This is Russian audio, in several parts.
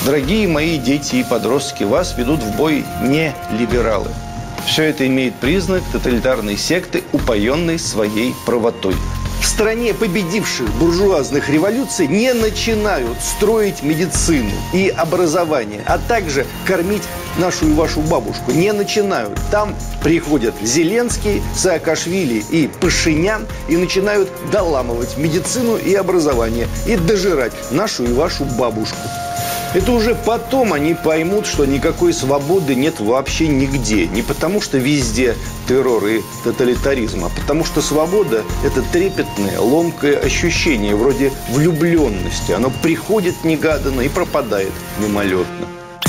Дорогие мои дети и подростки, вас ведут в бой не либералы. Все это имеет признак тоталитарной секты, упоенной своей правотой. В стране победивших буржуазных революций не начинают строить медицину и образование, а также кормить нашу и вашу бабушку. Не начинают. Там приходят Зеленский, Саакашвили и Пашинян и начинают доламывать медицину и образование и дожирать нашу и вашу бабушку. Это уже потом они поймут, что никакой свободы нет вообще нигде. Не потому, что везде террор и тоталитаризм, а потому, что свобода – это трепетное, ломкое ощущение, вроде влюбленности. Оно приходит негаданно и пропадает мимолетно.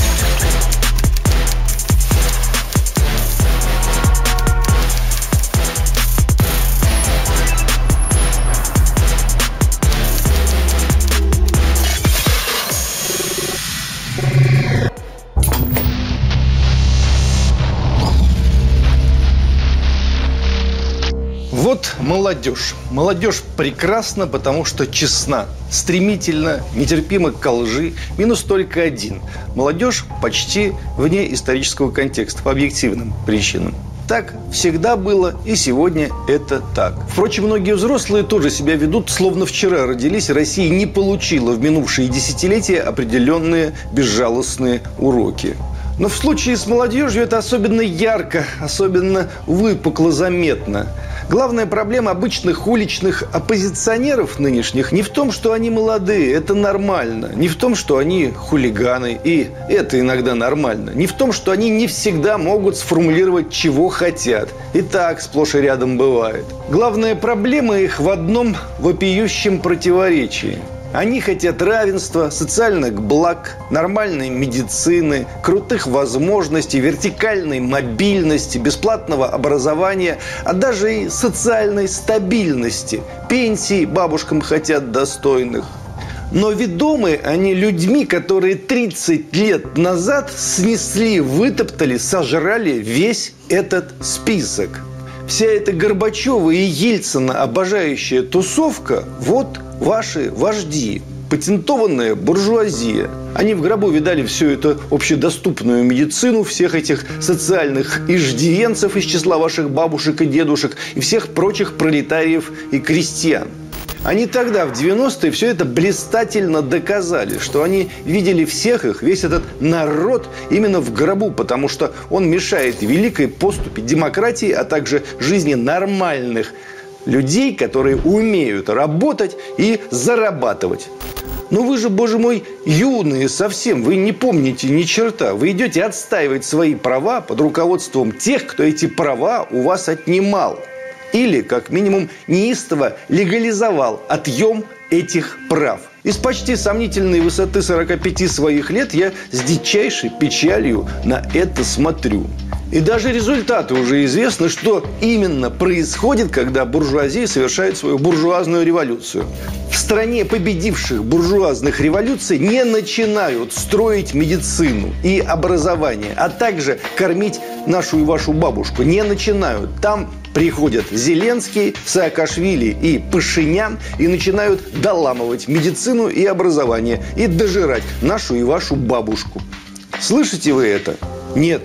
Вот молодежь. Молодежь прекрасна, потому что честна, стремительно, нетерпима к лжи. Минус только один. Молодежь почти вне исторического контекста, по объективным причинам. Так всегда было, и сегодня это так. Впрочем, многие взрослые тоже себя ведут, словно вчера родились, и Россия не получила в минувшие десятилетия определенные безжалостные уроки. Но в случае с молодежью это особенно ярко, особенно выпукло заметно. Главная проблема обычных уличных оппозиционеров нынешних не в том, что они молодые, это нормально. Не в том, что они хулиганы, и это иногда нормально. Не в том, что они не всегда могут сформулировать, чего хотят. И так сплошь и рядом бывает. Главная проблема их в одном вопиющем противоречии. Они хотят равенства, социальных благ, нормальной медицины, крутых возможностей, вертикальной мобильности, бесплатного образования, а даже и социальной стабильности. Пенсии бабушкам хотят достойных. Но ведомы они людьми, которые 30 лет назад снесли, вытоптали, сожрали весь этот список. Вся эта Горбачева и Ельцина обожающая тусовка – вот ваши вожди, патентованная буржуазия. Они в гробу видали всю эту общедоступную медицину, всех этих социальных иждивенцев из числа ваших бабушек и дедушек и всех прочих пролетариев и крестьян. Они тогда, в 90-е, все это блистательно доказали, что они видели всех их, весь этот народ именно в гробу, потому что он мешает великой поступи демократии, а также жизни нормальных людей, которые умеют работать и зарабатывать. Но вы же, боже мой, юные совсем, вы не помните ни черта. Вы идете отстаивать свои права под руководством тех, кто эти права у вас отнимал. Или, как минимум, неистово легализовал отъем этих прав. Из почти сомнительной высоты 45 своих лет я с дичайшей печалью на это смотрю. И даже результаты уже известны, что именно происходит, когда буржуазия совершает свою буржуазную революцию. В стране победивших буржуазных революций не начинают строить медицину и образование, а также кормить нашу и вашу бабушку. Не начинают. Там приходят Зеленский, Саакашвили и Пашинян и начинают доламывать медицину и образование и дожирать нашу и вашу бабушку. Слышите вы это? Нет.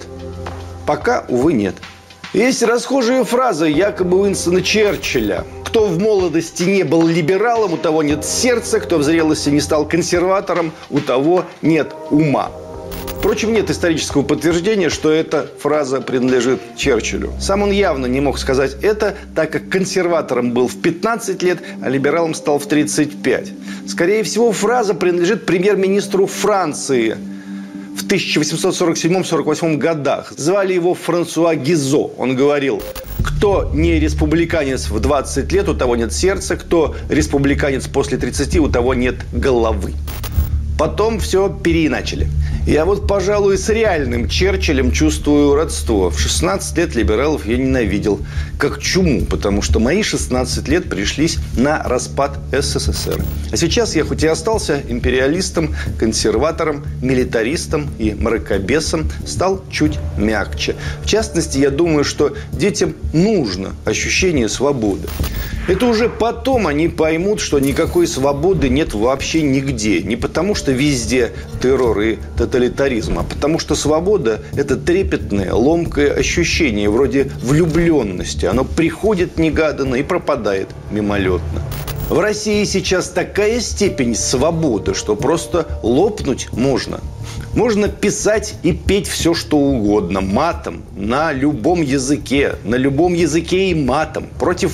Пока, увы, нет. Есть расхожая фраза якобы Уинстона Черчилля. Кто в молодости не был либералом, у того нет сердца. Кто в зрелости не стал консерватором, у того нет ума. Впрочем, нет исторического подтверждения, что эта фраза принадлежит Черчиллю. Сам он явно не мог сказать это, так как консерватором был в 15 лет, а либералом стал в 35. Скорее всего, фраза принадлежит премьер-министру Франции в 1847-48 годах. Звали его Франсуа Гизо. Он говорил: кто не республиканец в 20 лет, у того нет сердца, кто республиканец после 30, у того нет головы. Потом все переиначили. Я вот, пожалуй, с реальным Черчиллем чувствую родство. В 16 лет либералов я ненавидел как чуму, потому что мои 16 лет пришлись на распад СССР. А сейчас я хоть и остался империалистом, консерватором, милитаристом и мракобесом, стал чуть мягче. В частности, я думаю, что детям нужно ощущение свободы. Это уже потом они поймут, что никакой свободы нет вообще нигде. Не потому, что везде террор и тоталитаризм, а потому, что свобода – это трепетное, ломкое ощущение, вроде влюбленности. Оно приходит негаданно и пропадает мимолетно. В России сейчас такая степень свободы, что просто лопнуть можно. Можно писать и петь все, что угодно, матом, на любом языке и матом, против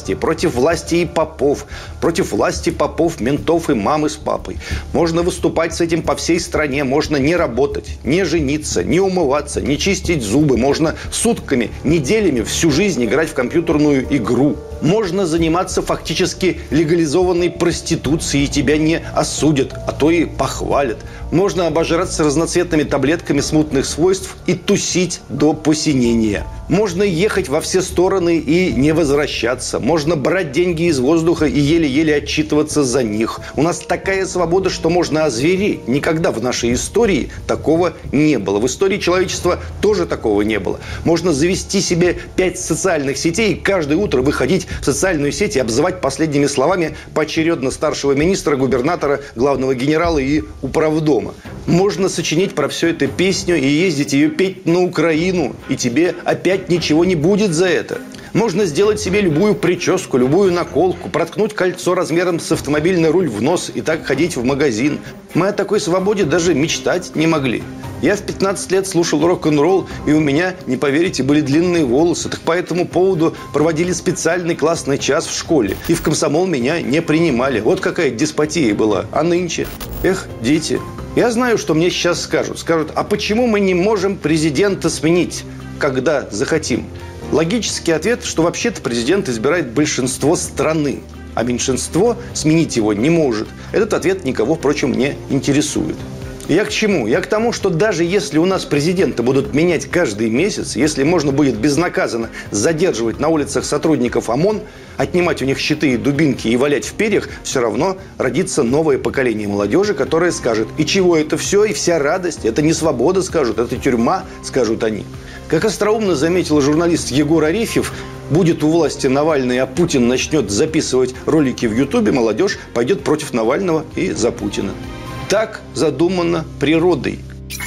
власти и попов, против власти попов, ментов и мамы с папой. Можно выступать с этим по всей стране, можно не работать, не жениться, не умываться, не чистить зубы, можно сутками, неделями, всю жизнь играть в компьютерную игру. Можно заниматься фактически легализованной проституцией, и тебя не осудят, а то и похвалят. Можно обожраться разноцветными таблетками смутных свойств и тусить до посинения. Можно ехать во все стороны и не возвращаться. Можно брать деньги из воздуха и еле-еле отчитываться за них. У нас такая свобода, что можно озвереть. Никогда в нашей истории такого не было. В истории человечества тоже такого не было. Можно завести себе 5 социальных сетей и каждое утро выходить в социальную сеть и обзывать последними словами поочередно старшего министра, губернатора, главного генерала и управдома. Можно сочинить про все это песню и ездить ее петь на Украину, и тебе опять ничего не будет за это. Можно сделать себе любую прическу, любую наколку, проткнуть кольцо размером с автомобильный руль в нос и так ходить в магазин. Мы о такой свободе даже мечтать не могли. Я в 15 лет слушал рок-н-ролл, и у меня, не поверите, были длинные волосы. Так по этому поводу проводили специальный классный час в школе. И в комсомол меня не принимали. Вот какая деспотия была. А нынче? Эх, дети. Я знаю, что мне сейчас скажут. Скажут, а почему мы не можем президента сменить, когда захотим? Логический ответ, что вообще-то президент избирает большинство страны, а меньшинство сменить его не может. Этот ответ никого, впрочем, не интересует. Я к чему? Я к тому, что даже если у нас президента будут менять каждый месяц, если можно будет безнаказанно задерживать на улицах сотрудников ОМОН, отнимать у них щиты и дубинки и валять в перьях, все равно родится новое поколение молодежи, которое скажет: и чего это все, и вся радость, это не свобода, скажут, это тюрьма, скажут они. Как остроумно заметил журналист Егор Арефьев, будет у власти Навальный, а Путин начнет записывать ролики в Ютубе, молодежь пойдет против Навального и за Путина. Так задумано природой.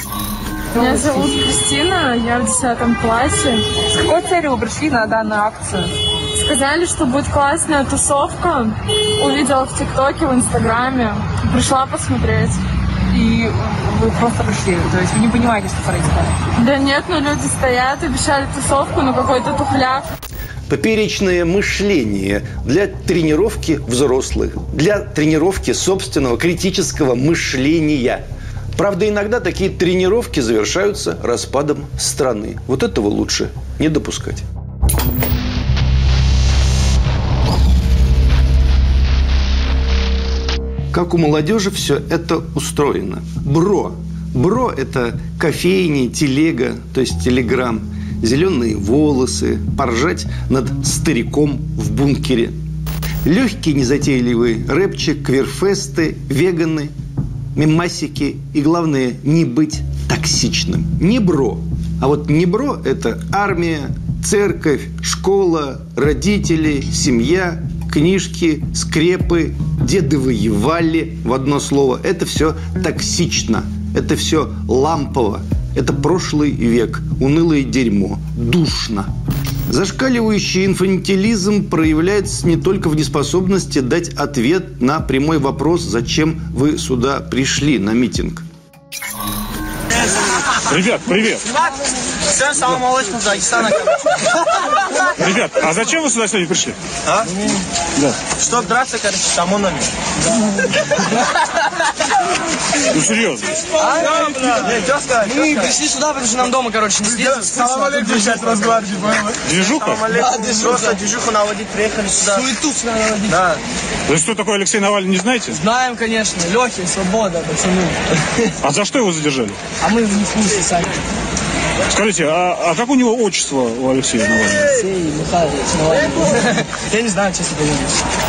Меня зовут Кристина, я в 10 классе. С какой целью вы пришли на данную акцию? Сказали, что будет классная тусовка. Увидела в ТикТоке, в Инстаграме. Пришла посмотреть. И вы просто пришли, то есть вы не понимаете, что происходит? Да нет, но люди стоят, обещали тусовку, но какой-то тухляк. Поперечное мышление для тренировки взрослых, для тренировки собственного критического мышления. Правда, иногда такие тренировки завершаются распадом страны. Вот этого лучше не допускать. Как у молодежи все это устроено? БРО. БРО – это кофейни, телега, то есть телеграм, зеленые волосы, поржать над стариком в бункере. Легкий незатейливый рэпчик, квирфесты, веганы, мемасики и, главное, не быть токсичным. Не БРО. А вот не БРО – это армия, церковь, школа, родители, семья, книжки, скрепы, деды воевали, в одно слово. Это все токсично, это все лампово. Это прошлый век, унылое дерьмо, душно. Зашкаливающий инфантилизм проявляется не только в неспособности дать ответ на прямой вопрос, зачем вы сюда пришли на митинг. Ребят, привет. Ребят, а зачем вы сюда сегодня пришли? А? Да. Чтоб драться, короче, с ОМОНами. Ну, серьезно. Мы пришли сюда, потому что нам дома, короче, не сидеть. Салам алейкум, сейчас разговаривать, понял? Движуха? Просто движуху наводить, приехали сюда. Суету сюда наводить. Да. Вы что такое Алексей Навальный, не знаете? Знаем, конечно. Лехи, свобода, пацаны. А за что его задержали? А мы не в курсе сами. Скажите, а как у него отчество, у Алексея Навального? Алексей Михайлович Навальный. Я не знаю, честно говоря.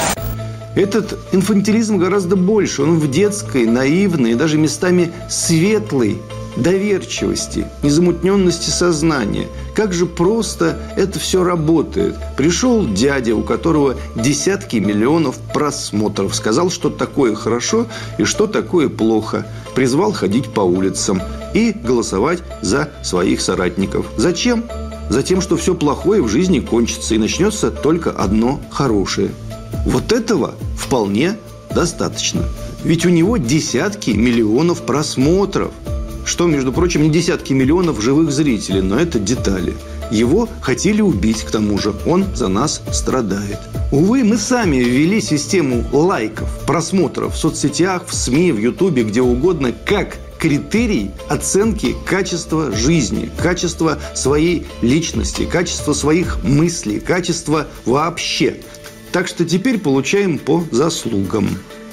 Этот инфантилизм гораздо больше. Он в детской, наивной и даже местами светлой доверчивости, незамутненности сознания. Как же просто это все работает. Пришел дядя, у которого десятки миллионов просмотров, сказал, что такое хорошо и что такое плохо. Призвал ходить по улицам и голосовать за своих соратников. Зачем? Затем, что все плохое в жизни кончится и начнется только одно хорошее. Вот этого вполне достаточно. Ведь у него десятки миллионов просмотров. Что, между прочим, не десятки миллионов живых зрителей, но это детали. Его хотели убить, к тому же он за нас страдает. Увы, мы сами ввели систему лайков, просмотров в соцсетях, в СМИ, в Ютубе, где угодно, как критерий оценки качества жизни, качества своей личности, качества своих мыслей, качества вообще. Так что теперь получаем по заслугам.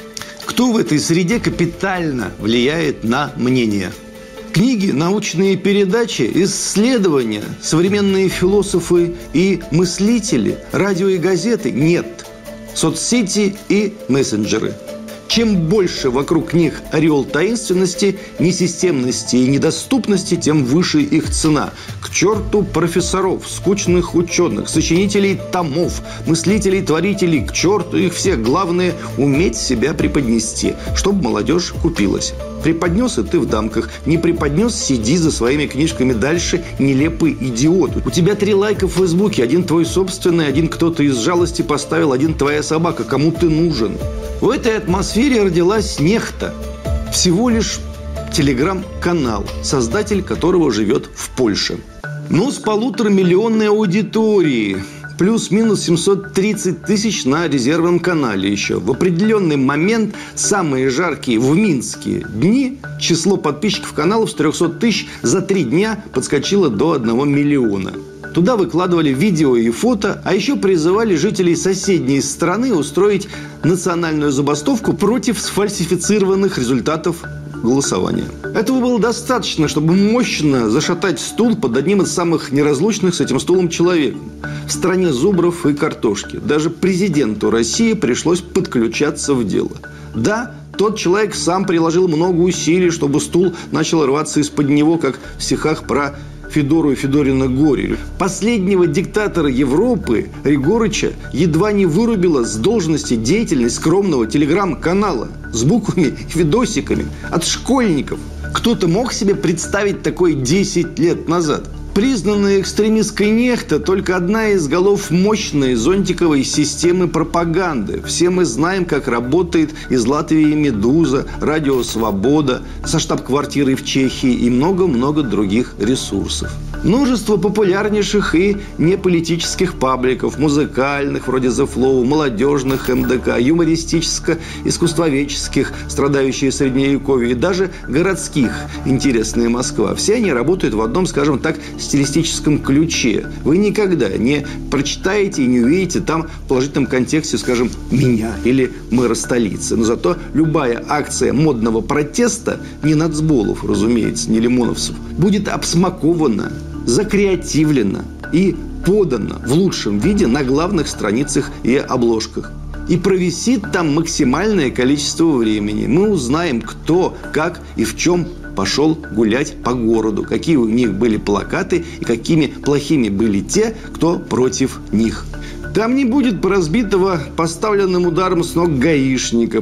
Кто в этой среде капитально влияет на мнение? Книги, научные передачи, исследования, современные философы и мыслители, радио и газеты? Нет. Соцсети и мессенджеры. Чем больше вокруг них ореол таинственности, несистемности и недоступности, тем выше их цена. К черту профессоров, скучных ученых, сочинителей томов, мыслителей, творителей, к черту их всех. Главное – уметь себя преподнести, чтобы молодежь купилась. Преподнес, и ты в дамках. Не преподнес, сиди за своими книжками дальше, нелепый идиот. У тебя 3 лайка в Фейсбуке. Один твой собственный, один кто-то из жалости поставил, один твоя собака. Кому ты нужен? В этой атмосфере родилась Нехта. Всего лишь телеграм-канал, создатель которого живет в Польше. Но с 1,5-миллионной аудиторией. Плюс-минус 730 тысяч на резервном канале еще. В определенный момент, самые жаркие в Минске дни, число подписчиков каналов с 300 тысяч за 3 дня подскочило до 1 миллиона. Туда выкладывали видео и фото, а еще призывали жителей соседней страны устроить национальную забастовку против сфальсифицированных результатов голосования. Этого было достаточно, чтобы мощно зашатать стул под одним из самых неразлучных с этим стулом человеком. В стране зубров и картошки. Даже президенту России пришлось подключаться в дело. Да, тот человек сам приложил много усилий, чтобы стул начал рваться из-под него, как в стихах про Федору и Федорина горе. Последнего диктатора Европы, Ригорыча, едва не вырубила с должности деятельность скромного телеграм-канала с буквами и видосиками от школьников. Кто-то мог себе представить такое 10 лет назад? Признанная экстремистской Нехта – только одна из голов мощной зонтиковой системы пропаганды. Все мы знаем, как работает из Латвии «Медуза», «Радио Свобода», со штаб-квартирой в Чехии и много-много других ресурсов. Множество популярнейших и неполитических пабликов, музыкальных, вроде The Flow, молодежных МДК, юмористическо-искусствоведческих, страдающие Средневековье, и даже городских, интересная Москва. Все они работают в одном, скажем так, стилистическом ключе. Вы никогда не прочитаете и не увидите там в положительном контексте, скажем, меня или мэра столицы. Но зато любая акция модного протеста, не нацболов, разумеется, не лимоновцев, будет обсмакована, закреативлена и подана в лучшем виде на главных страницах и обложках. И провисит там максимальное количество времени. Мы узнаем, кто, как и в чем пошел гулять по городу, какие у них были плакаты и какими плохими были те, кто против них. Там не будет разбитого поставленным ударом с ног гаишника.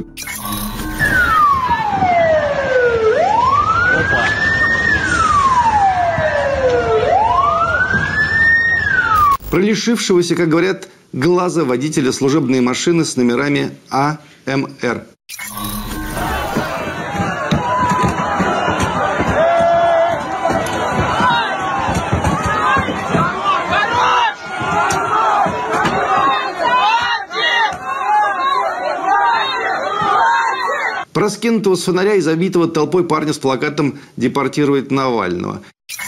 Про лишившегося, как говорят, глаза водителя служебной машины с номерами АМР. Про скинутого с фонаря и забитого толпой парня с плакатом «Депортировать Навального».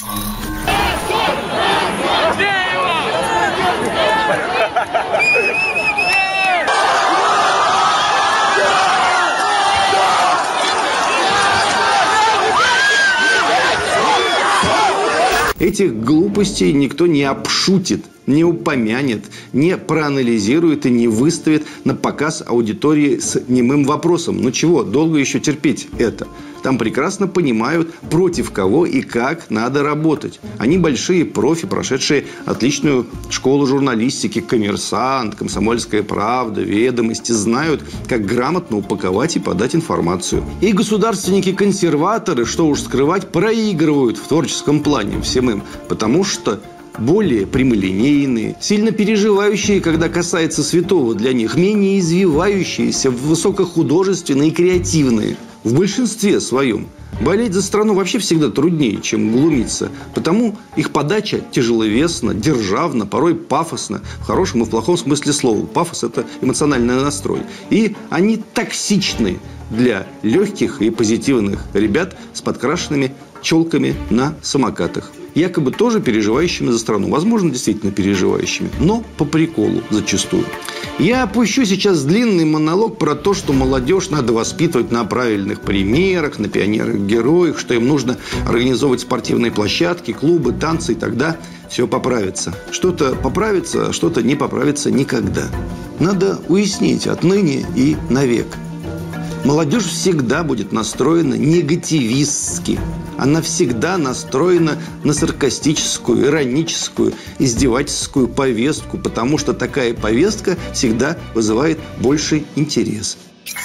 Этих глупостей никто не обшутит, не упомянет, не проанализирует и не выставит на показ аудитории с немым вопросом. Ну чего, долго еще терпеть это? Там прекрасно понимают, против кого и как надо работать. Они большие профи, прошедшие отличную школу журналистики, «Коммерсант», «Комсомольская правда», «Ведомости», знают, как грамотно упаковать и подать информацию. И государственники-консерваторы, что уж скрывать, проигрывают в творческом плане всем им, потому что более прямолинейные, сильно переживающие, когда касается святого для них, менее извивающиеся, высокохудожественные и креативные. В большинстве своем. Болеть за страну вообще всегда труднее, чем глумиться. Потому их подача тяжеловесна, державна, порой пафосна. В хорошем и в плохом смысле слова. Пафос – это эмоциональный настрой. И они токсичны для легких и позитивных ребят с подкрашенными челками на самокатах. Якобы тоже переживающими за страну. Возможно, действительно переживающими. Но по приколу зачастую. Я опущу сейчас длинный монолог про то, что молодежь надо воспитывать на правильных примерах, на пионерах-героях, что им нужно организовывать спортивные площадки, клубы, танцы, и тогда все поправится. Что-то поправится, а что-то не поправится никогда. Надо уяснить отныне и навек. Молодежь всегда будет настроена негативистски. Она всегда настроена на саркастическую, ироническую, издевательскую повестку, потому что такая повестка всегда вызывает больший интерес.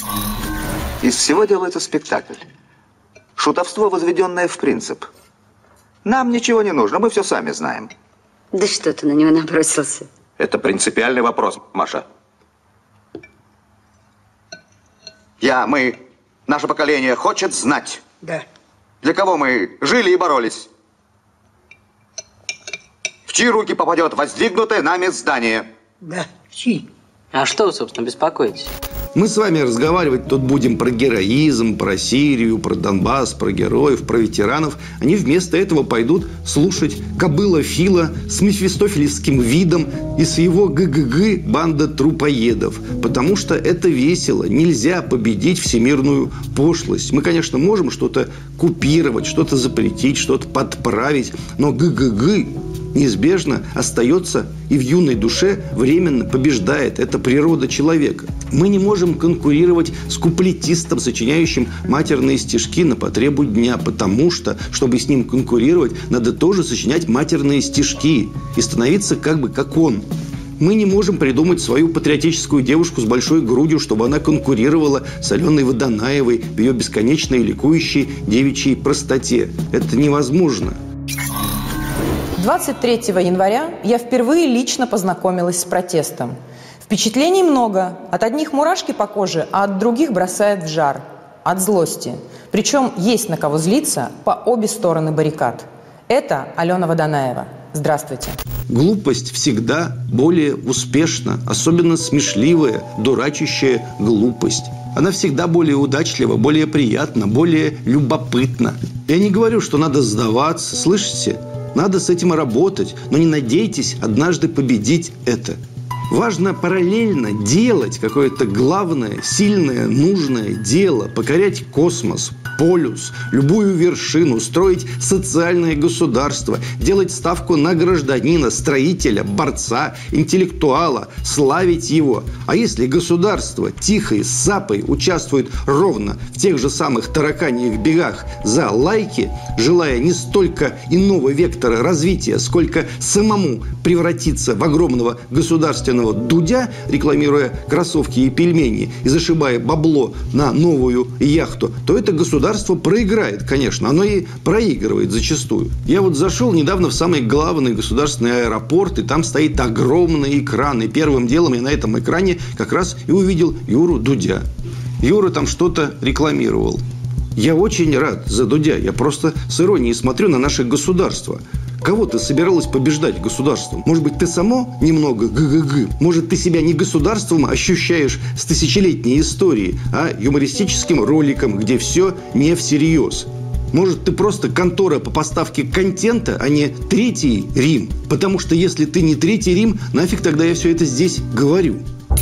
Из всего делается спектакль. Шутовство, возведенное в принцип. Нам ничего не нужно, мы все сами знаем. Да что ты на него набросился? Это принципиальный вопрос, Маша. Мы, наше поколение хочет знать. Да. Для кого мы жили и боролись? В чьи руки попадет воздвигнутое нами здание? Да, в чьи? А что вы, собственно, беспокоитесь? Мы с вами разговаривать тут будем про героизм, про Сирию, про Донбасс, про героев, про ветеранов. Они вместо этого пойдут слушать кобыла Фила с мефистофелевским видом и с его ГГГ «Банда трупоедов». Потому что это весело. Нельзя победить всемирную пошлость. Мы, конечно, можем что-то купировать, что-то запретить, что-то подправить. Но ГГГ неизбежно остается и в юной душе временно побеждает. Это природа человека. Мы не можем конкурировать с куплетистом, сочиняющим матерные стишки на потребу дня, потому что, чтобы с ним конкурировать, надо тоже сочинять матерные стишки и становиться как бы как он. Мы не можем придумать свою патриотическую девушку с большой грудью, чтобы она конкурировала с Аленой Водонаевой в ее бесконечной ликующей девичьей простоте. Это невозможно. 23 января я впервые лично познакомилась с протестом. Впечатлений много. От одних мурашки по коже, а от других бросает в жар. От злости. Причем есть на кого злиться по обе стороны баррикад. Это Алена Водонаева. Здравствуйте. Глупость всегда более успешна, особенно смешливая, дурачащая глупость. Она всегда более удачлива, более приятна, более любопытна. Я не говорю, что надо сдаваться, слышите? Надо с этим работать, но не надейтесь однажды победить это. Важно параллельно делать какое-то главное, сильное, нужное дело, покорять космос, полюс, любую вершину, строить социальное государство, делать ставку на гражданина, строителя, борца, интеллектуала, славить его. А если государство тихой сапой участвует ровно в тех же самых тараканьих бегах за лайки, желая не столько иного вектора развития, сколько самому превратиться в огромного государственного Дудя, рекламируя кроссовки и пельмени и зашибая бабло на новую яхту, то это государство проиграет, конечно. Оно и проигрывает зачастую. Я вот зашел недавно в самый главный государственный аэропорт, и там стоит огромный экран. И первым делом я на этом экране как раз и увидел Юру Дудя. Юра там что-то рекламировал. Я очень рад за Дудя. Я просто с иронией смотрю на наше государство. Кого ты собиралась побеждать государством? Может быть, ты само немного г-г-г? Может, ты себя не государством ощущаешь с тысячелетней историей, а юмористическим роликом, где все не всерьез? Может, ты просто контора по поставке контента, а не Третий Рим? Потому что если ты не Третий Рим, нафиг тогда я все это здесь говорю?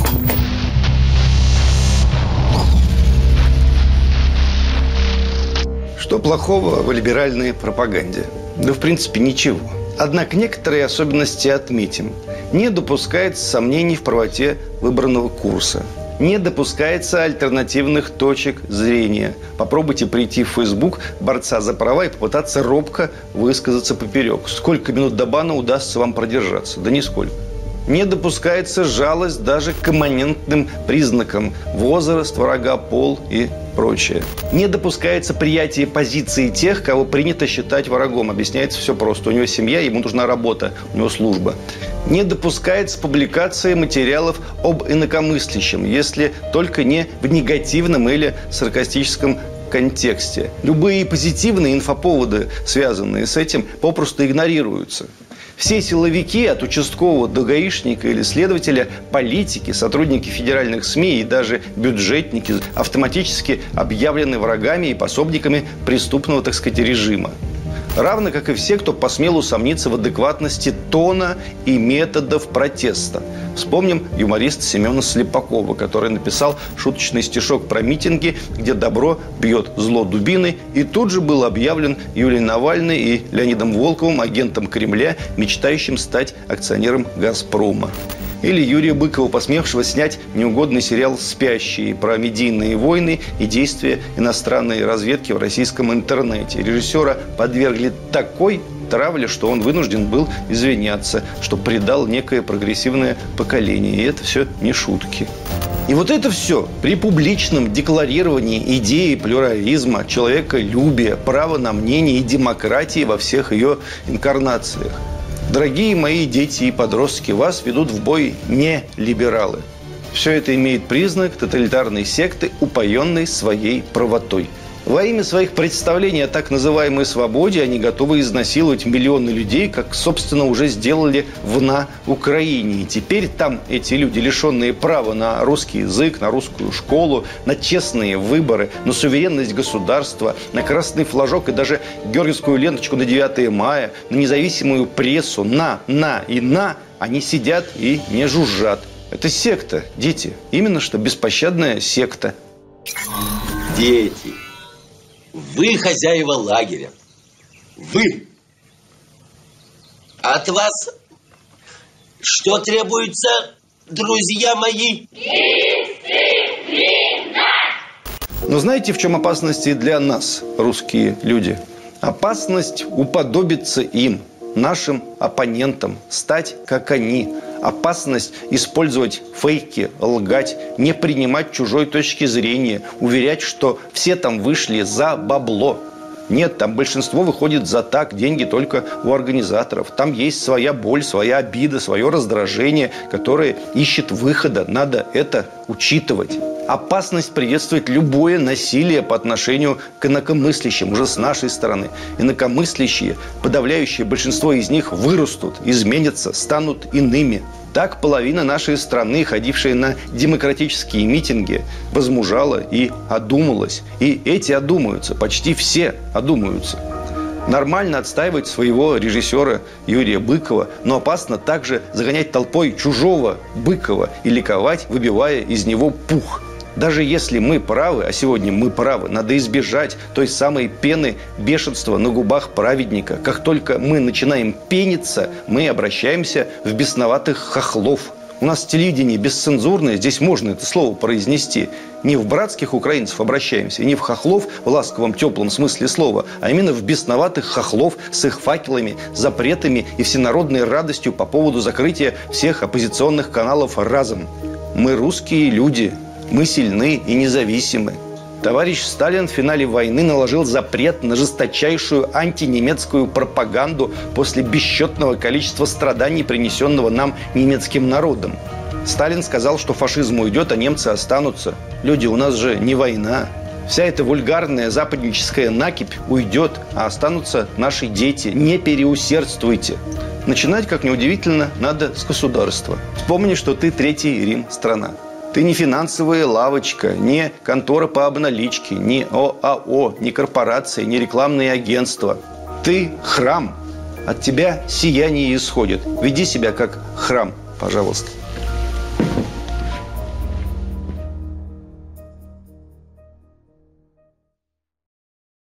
Что плохого в либеральной пропаганде? Да, в принципе, ничего. Однако некоторые особенности отметим. Не допускается сомнений в правоте выбранного курса. Не допускается альтернативных точек зрения. Попробуйте прийти в Facebook борца за права и попытаться робко высказаться поперек. Сколько минут до бана удастся вам продержаться? Да нисколько. Не допускается жалость даже к имманентным признакам: возраст врага, пол и прочее. Не допускается приятие позиции тех, кого принято считать врагом. Объясняется все просто. У него семья, ему нужна работа, у него служба. Не допускается публикация материалов об инакомыслящем, если только не в негативном или саркастическом контексте. Любые позитивные инфоповоды, связанные с этим, попросту игнорируются. Все силовики, от участкового до гаишника или следователя, политики, сотрудники федеральных СМИ и даже бюджетники автоматически объявлены врагами и пособниками преступного, так сказать, режима. Равно как и все, кто посмел усомниться в адекватности тона и методов протеста. Вспомним юмориста Семена Слепакова, который написал шуточный стишок про митинги, где добро бьет зло дубиной, и тут же был объявлен Юлией Навальной и Леонидом Волковым агентом Кремля, мечтающим стать акционером «Газпрома». Или Юрия Быкова, посмевшего снять неугодный сериал «Спящие» про медийные войны и действия иностранной разведки в российском интернете. Режиссера подвергли такой травле, что он вынужден был извиняться, что предал некое прогрессивное поколение. И это все не шутки. И вот это все при публичном декларировании идеи плюрализма, человеколюбия, права на мнение и демократии во всех ее инкарнациях. Дорогие мои дети и подростки, вас ведут в бой не либералы. Все это имеет признак тоталитарной секты, упоенной своей правотой. Во имя своих представлений о так называемой свободе они готовы изнасиловать миллионы людей, как, собственно, уже сделали на Украине. И теперь там эти люди, лишенные права на русский язык, на русскую школу, на честные выборы, на суверенность государства, на красный флажок и даже георгиевскую ленточку на 9 мая, на независимую прессу, они сидят и не жужжат. Это секта, дети. Именно что беспощадная секта. Дети. Вы хозяева лагеря. Вы. От вас что требуется, друзья мои? Дисциплина! Но знаете, в чем опасность и для нас, русские люди? Опасность уподобиться им, нашим оппонентам, стать как они. Опасность использовать фейки, лгать, не принимать чужой точки зрения, уверять, что все там вышли за бабло. Нет, там большинство выходит за так, деньги только у организаторов. Там есть своя боль, своя обида, свое раздражение, которое ищет выхода. Надо это учитывать. Опасность приветствует любое насилие по отношению к инакомыслящим уже с нашей стороны. Инакомыслящие, подавляющее большинство из них вырастут, изменятся, станут иными. Так половина нашей страны, ходившая на демократические митинги, возмужала и одумалась. И эти одумаются, почти все одумаются. Нормально отстаивать своего режиссера Юрия Быкова, но опасно также загонять толпой чужого Быкова и ликовать, выбивая из него пух. Даже если мы правы, а сегодня мы правы, надо избежать той самой пены бешенства на губах праведника. Как только мы начинаем пениться, мы обращаемся в бесноватых хохлов. У нас телевидение бесцензурное, здесь можно это слово произнести. Не в братских украинцев обращаемся, не в хохлов в ласковом, теплом смысле слова, а именно в бесноватых хохлов с их факелами, запретами и всенародной радостью по поводу закрытия всех оппозиционных каналов разом. Мы русские люди. Мы сильны и независимы. Товарищ Сталин в финале войны наложил запрет на жесточайшую антинемецкую пропаганду после бесчетного количества страданий, принесенного нам немецким народом. Сталин сказал, что фашизм уйдет, а немцы останутся. Люди, у нас же не война. Вся эта вульгарная западническая накипь уйдет, а останутся наши дети. Не переусердствуйте. Начинать, как ни удивительно, надо с государства. Вспомни, что ты Третий Рим страна. Ты не финансовая лавочка, не контора по обналичке, не ОАО, не корпорация, не рекламные агентства. Ты храм. От тебя сияние исходит. Веди себя как храм, пожалуйста.